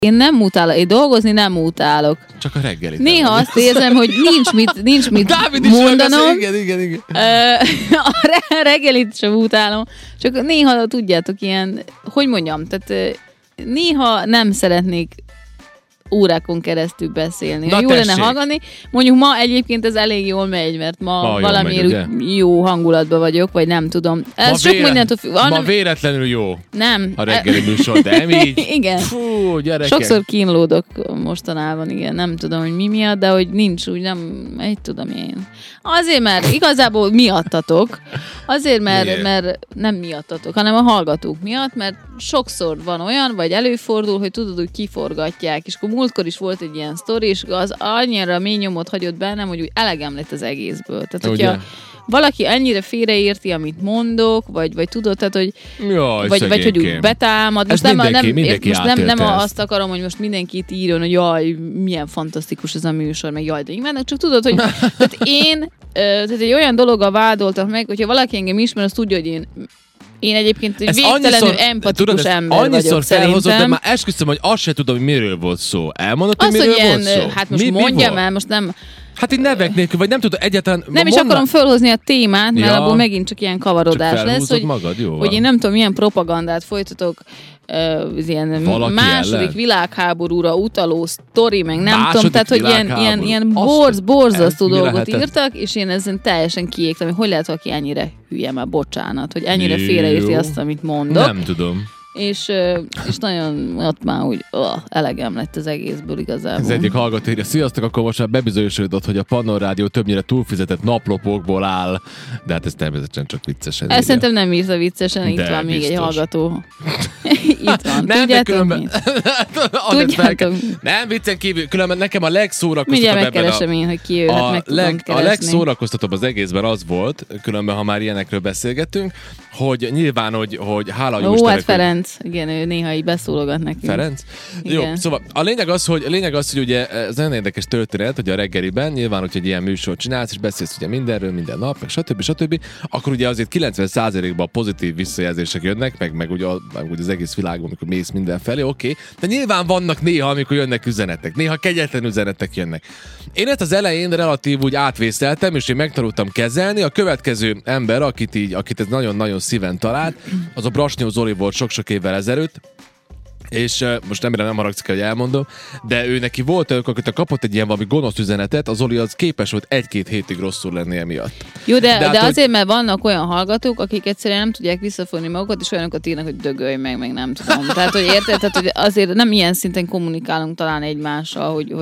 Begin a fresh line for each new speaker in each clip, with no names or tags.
Én nem mutálok, én dolgozni nem mutálok.
Csak a reggelit.
Néha azt érzem, hogy nincs mit mondanom.
Igen.
A reggelit sem utálom. Csak néha, tudjátok, ilyen, hogy mondjam, tehát néha nem szeretnék órákon keresztül beszélni. Jó lenne hallgatni. Mondjuk ma egyébként ez elég jól megy, mert ma valamiért jó hangulatban vagyok, vagy nem tudom. Ez sok mindentől függ.
Ma véletlenül jó.
Nem.
A reggeli műsor, de így.
Igen.
Fú, gyerekek.
Sokszor kínlódok mostanában, igen. Nem tudom, hogy mi miatt, de hogy nincs úgy, nem, tudom én. Azért, mert igazából miattatok. Azért, mert nem miattatok, hanem a hallgatók miatt, mert sokszor van olyan, vagy előfordul, hogy tudod, hogy kiforgatják, és akkor múltkor is volt egy ilyen sztori, és az annyira mély nyomot hagyott bennem, hogy úgy elegem lett az egészből. Tehát, hogyha valaki ennyire félreérti, amit mondok, vagy tudod, tehát, hogy vagy hogy úgy betámad. Most nem azt akarom, hogy most mindenkit írjon, hogy jaj, milyen fantasztikus ez a műsor, meg jaj, de imádnak, csak tudod, hogy tehát tehát egy olyan dologgal vádoltak meg, hogyha valaki engem ismer, az tudja, hogy én egyébként egy végtelenül empatikus ember vagyok,
annyiszor felhozott, de már esküszöm, hogy azt se tudom, hogy miről volt szó. Elmondod, hogy miről volt szó?
Hát most mondjam el, most nem...
Hát így nevek nélkül, vagy nem tudod egyáltalán...
Nem is akarom fölhozni a témát, mert abból megint csak ilyen kavarodás
csak
lesz, hogy én nem tudom, milyen propagandát folytatok, ilyen
valaki
második világháborúra utaló sztori, meg nem tudom, tehát hogy ilyen borzasztó dolgot írtak, és én ezen teljesen kiégtem, hogy lehet valaki ennyire hülye, már bocsánat, hogy ennyire félreérti azt, amit mondok.
Nem tudom.
És nagyon ott már úgy elegem lett az egészből igazából.
Az egyik hallgató írja, sziasztok, akkor most már bebizonyosodott, hogy a Pannon Rádió többnyire túlfizetett naplopokból áll, de hát ez természetesen csak viccesen.
Ezt szerintem nem írta viccesen, itt van még egy hallgató. Itt van,
nem,
tudjátok mit? Tudjátok.
Nem, viccen kívül, különben nekem a legszórakoztatóbb
mindjárt megkeresem én, hogy ki jöhet, meg tudom keresni.
A legszórakoztatóbb az egészben az volt, különben ha már ilyenekről beszélgettünk, hogy nyilván, hogy hála jó Istennek...
Hát Ferenc, igen, ő néha így beszólogat nekünk.
Ferenc?
Igen.
Jó, szóval a lényeg az, hogy ugye ez nagyon érdekes történet, hogy a reggeliben nyilván, hogyha egy ilyen műsort csinálsz, és beszélsz ugye mindenről, minden nap, meg stb., akkor ugye azért 90%-ban pozitív visszajelzések jönnek, meg ugye az egész világban, amikor mész mindenfelé, oké. De nyilván vannak néha, amikor jönnek üzenetek, néha kegyetlen üzenetek jönnek. Én ezt az elején relatív úgy átvészeltem, és én megtanultam kezelni. A következő ember, akit ez nagyon-nagyon szíven talált, az a Brasnyó Zoli volt sok-sok évvel ezelőtt, és most nem haragszik, hogy elmondom, de ő neki volt, amikor kapott egy ilyen valami gonosz üzenetet, az Zoli az képes volt 1-2 hétig rosszul lenni emiatt.
Jó, de hát, azért, mert vannak olyan hallgatók, akik egyszerűen nem tudják visszafogni magukat, és olyanokat írnak, hogy dögölj meg nem tudom. Tehát, hogy érted, tehát, hogy azért nem ilyen szinten kommunikálunk talán egymással, hogy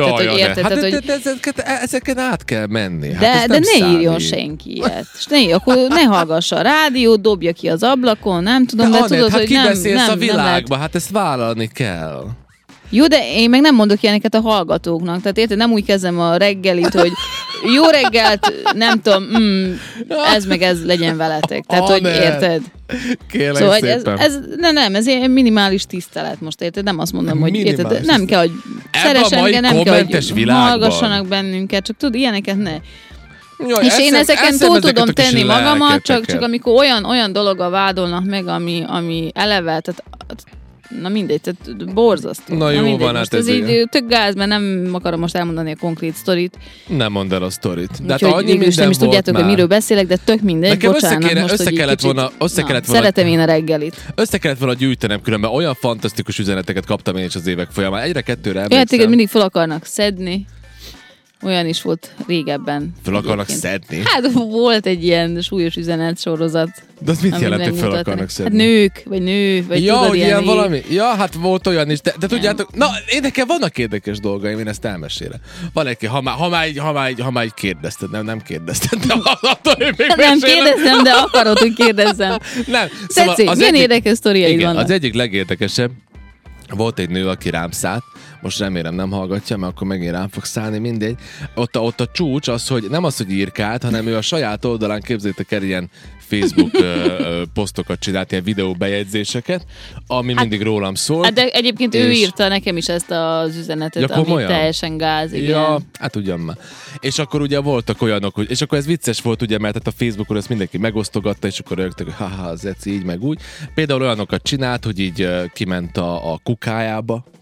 ezeken át kell menni.
De ne írjon senki ilyet. És akkor ne hallgassa a rádiót, dobja ki az ablakon, nem tudom, de tudod, hogy
nem a világba, hát ezt vállalni kell.
Jó, de én meg nem mondok ilyeneket a hallgatóknak. Tehát érted, nem úgy kezdem a reggelit, hogy jó reggelt, nem tudom, ez legyen veletek. Tehát, hogy érted?
Kérlek
szóval,
szépen.
Ez egy minimális tisztelet most, érted? Nem azt mondom, hogy érted, nem kell, hogy szeressenek, nem kell, hogy hallgassanak bennünket, csak tudod, ilyeneket ne.
Jaj,
és én ezeken túl tudom tenni magamat, csak amikor olyan dologgal vádolnak meg, ami eleve, tehát na mindegy, tehát borzasztó.
Na jó, mindegy, van, hát
ez így tök gáz, mert nem akarom most elmondani a konkrét sztorit.
Nem mondd el a sztorit.
De hát annyi minden nem is tudjátok, hogy miről beszélek, de tök mindegy, nekem bocsánat. Össze kellett volna, szeretem én a reggelit.
Össze kellett volna gyűjtenem, különben olyan fantasztikus üzeneteket kaptam én is az évek folyamán. Egyre-kettőre emlékszem.
Hát téged mindig fel akarnak szedni. Olyan is volt régebben.
Fel akarnak szedni?
Hát volt egy ilyen súlyos üzenet sorozat.
De az mit jelent, hogy fel akarnak szedni?
Hát nők, vagy nő, vagy
ja,
tudod,
ilyen valami. Ja, hát volt olyan is. De tudjátok, na, nekem vannak érdekes dolgaim, én ezt elmesélem. Van egy, ha már így kérdezted, nem kérdezted.
Nem kérdeztem, de akarod, hogy kérdezzem.
Nem.
Szóval milyen érdekes sztoriaid vannak?
Az egyik legérdekesebb, volt egy nő, aki rám szállt, most remélem nem hallgatja, mert akkor megint rám fog szállni, mindegy. Ott a csúcs az, hogy nem az, hogy írkált, hanem ő a saját oldalán, képzeljétek el, ilyen Facebook posztokat csinált, ilyen videóbejegyzéseket, ami mindig rólam szólt.
De egyébként ő írta nekem is ezt az üzenetet, ami teljesen gáz. Igen.
Ja, hát ugyan már. És akkor ugye voltak olyanok, hogy, és akkor ez vicces volt, ugye, mert a Facebookon ezt mindenki megosztogatta, és akkor rögtön, hogy haha, Zeci így meg úgy. Például olyanokat csinált, hogy így kiment a kukájába,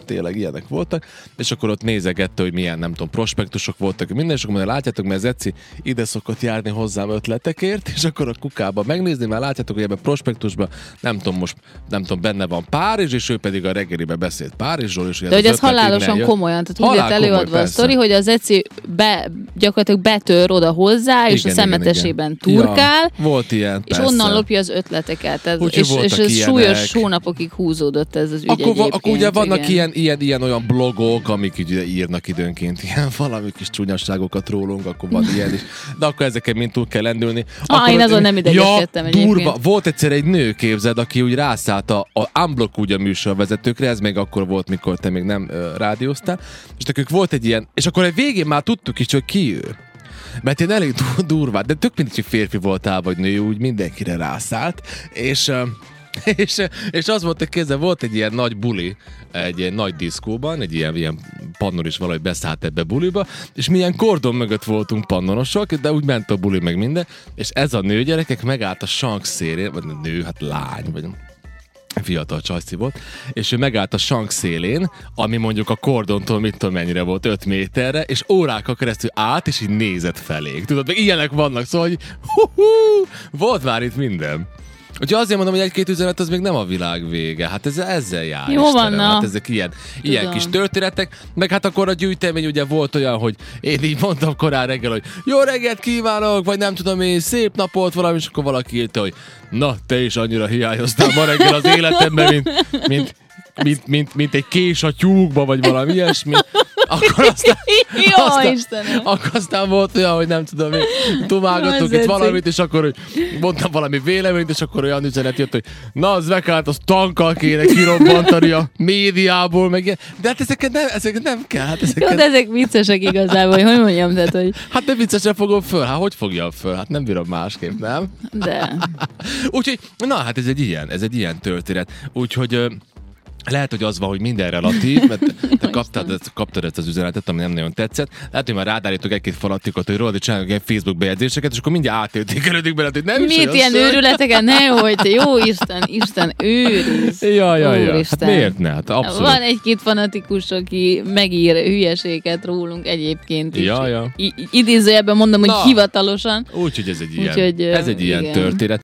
tényleg ilyenek voltak, és akkor ott nézegette, hogy milyen, nem tudom, prospektusok voltak, minden, és akkor mondja, látjátok, mert Zeci ide szokott járni hozzám ötletekért, és akkor a kukába megnézni, mert látjátok, hogy ebben prospektusban, nem tudom, benne van Párizs, és ő pedig a reggelibe beszélt Párizsról, és
de hogy ez halálosan komolyan, tehát úgy lett előadva a sztori, hogy az Eci gyakorlatilag betör oda hozzá, és a szemetesében turkál,
ja, volt ilyen,
és onnan lopja az ötleteket. És ez súlyos hónapokig húzódott ez az ügy egyébként.
Akkor ugye vannak ilyen olyan blogok, amik ugye írnak időnként ilyen valami kis csúnyasságokat rólunk, akkor van ilyen is. De akkor ezeken mind túl kell lendülni.
Én azon nem idegeskedtem egyébként.
Durva. Volt egyszer egy nő, képzeld, aki úgy rászállt a Unblock úgy a műsorvezetőkre, ez még akkor volt, mikor te még nem rádióztál, és nekünk volt egy ilyen, és akkor a végén már tudtuk is, hogy ki ő. Mert én elég durvát, de tök mindegy, hogy férfi voltál, vagy nő, úgy mindenkire rászállt, és az volt, hogy kézzel volt egy ilyen nagy buli, egy ilyen nagy diszkóban, egy ilyen pannor is valahogy beszállt ebbe buliba, és mi ilyen kordon mögött voltunk pannonosok, de úgy ment a buli meg minden, és ez a nő gyerekek megállt a sank szélén, vagy nő, hát lány, vagy fiatal csajci volt, és ő megállt a sank szélén, ami mondjuk a kordontól mit tudom mennyire volt, 5 méterre, és órákkal keresztül állt, és így nézett felénk. Tudod, meg ilyenek vannak, szóval, hogy volt már itt minden. Úgyhogy azért mondom, hogy egy-két üzenet az még nem a világ vége. Hát ezzel jár.
Jó van, na.
Hát ezek ilyen kis történetek. Meg hát akkor a gyűjtemény ugye volt olyan, hogy én így mondtam korán reggel, hogy jó reggelt kívánok, vagy nem tudom én, szép napot valami, és akkor valaki írta, hogy na, te is annyira hiányoztál ma reggel az életemben, mint egy kés a tyúkba, vagy valami ilyesmi. Akkor aztán volt olyan, hogy nem tudom, tumálgattuk itt valamit, és akkor hogy mondtam valami véleményt, és akkor olyan üzenet jött, hogy na, az vekát, az tankkal kéne kirobbantani a médiából, meg ilyen. De hát ezeket nem kell. Hát
jó, de ezek viccesek igazából, hogy mondjam, tehát, hogy...
Hát nem viccesen fogom föl, hát hogy fogjam föl? Hát nem bírom másképp, nem?
De.
Úgyhogy, na hát ez egy ilyen történet. Úgyhogy... Lehet, hogy az van, hogy minden relatív, mert te kaptad ezt az üzenetet, ami nem nagyon tetszett. Lehet, hogy már rádállítok egy-két falatikot, hogy rólad csináljuk egy Facebook bejegyzéseket, és akkor mindjárt átértékelődik bele, hogy nem is
mit ilyen őrületeken? Nehogy, te jó Isten őriz.
Ja. Hát miért ne? Hát abszolút.
Van egy-két fanatikus, aki megír hülyeséget rólunk egyébként is.
Ja.
Idézőjelben mondom, hogy hivatalosan.
Úgyhogy ez egy ilyen történet.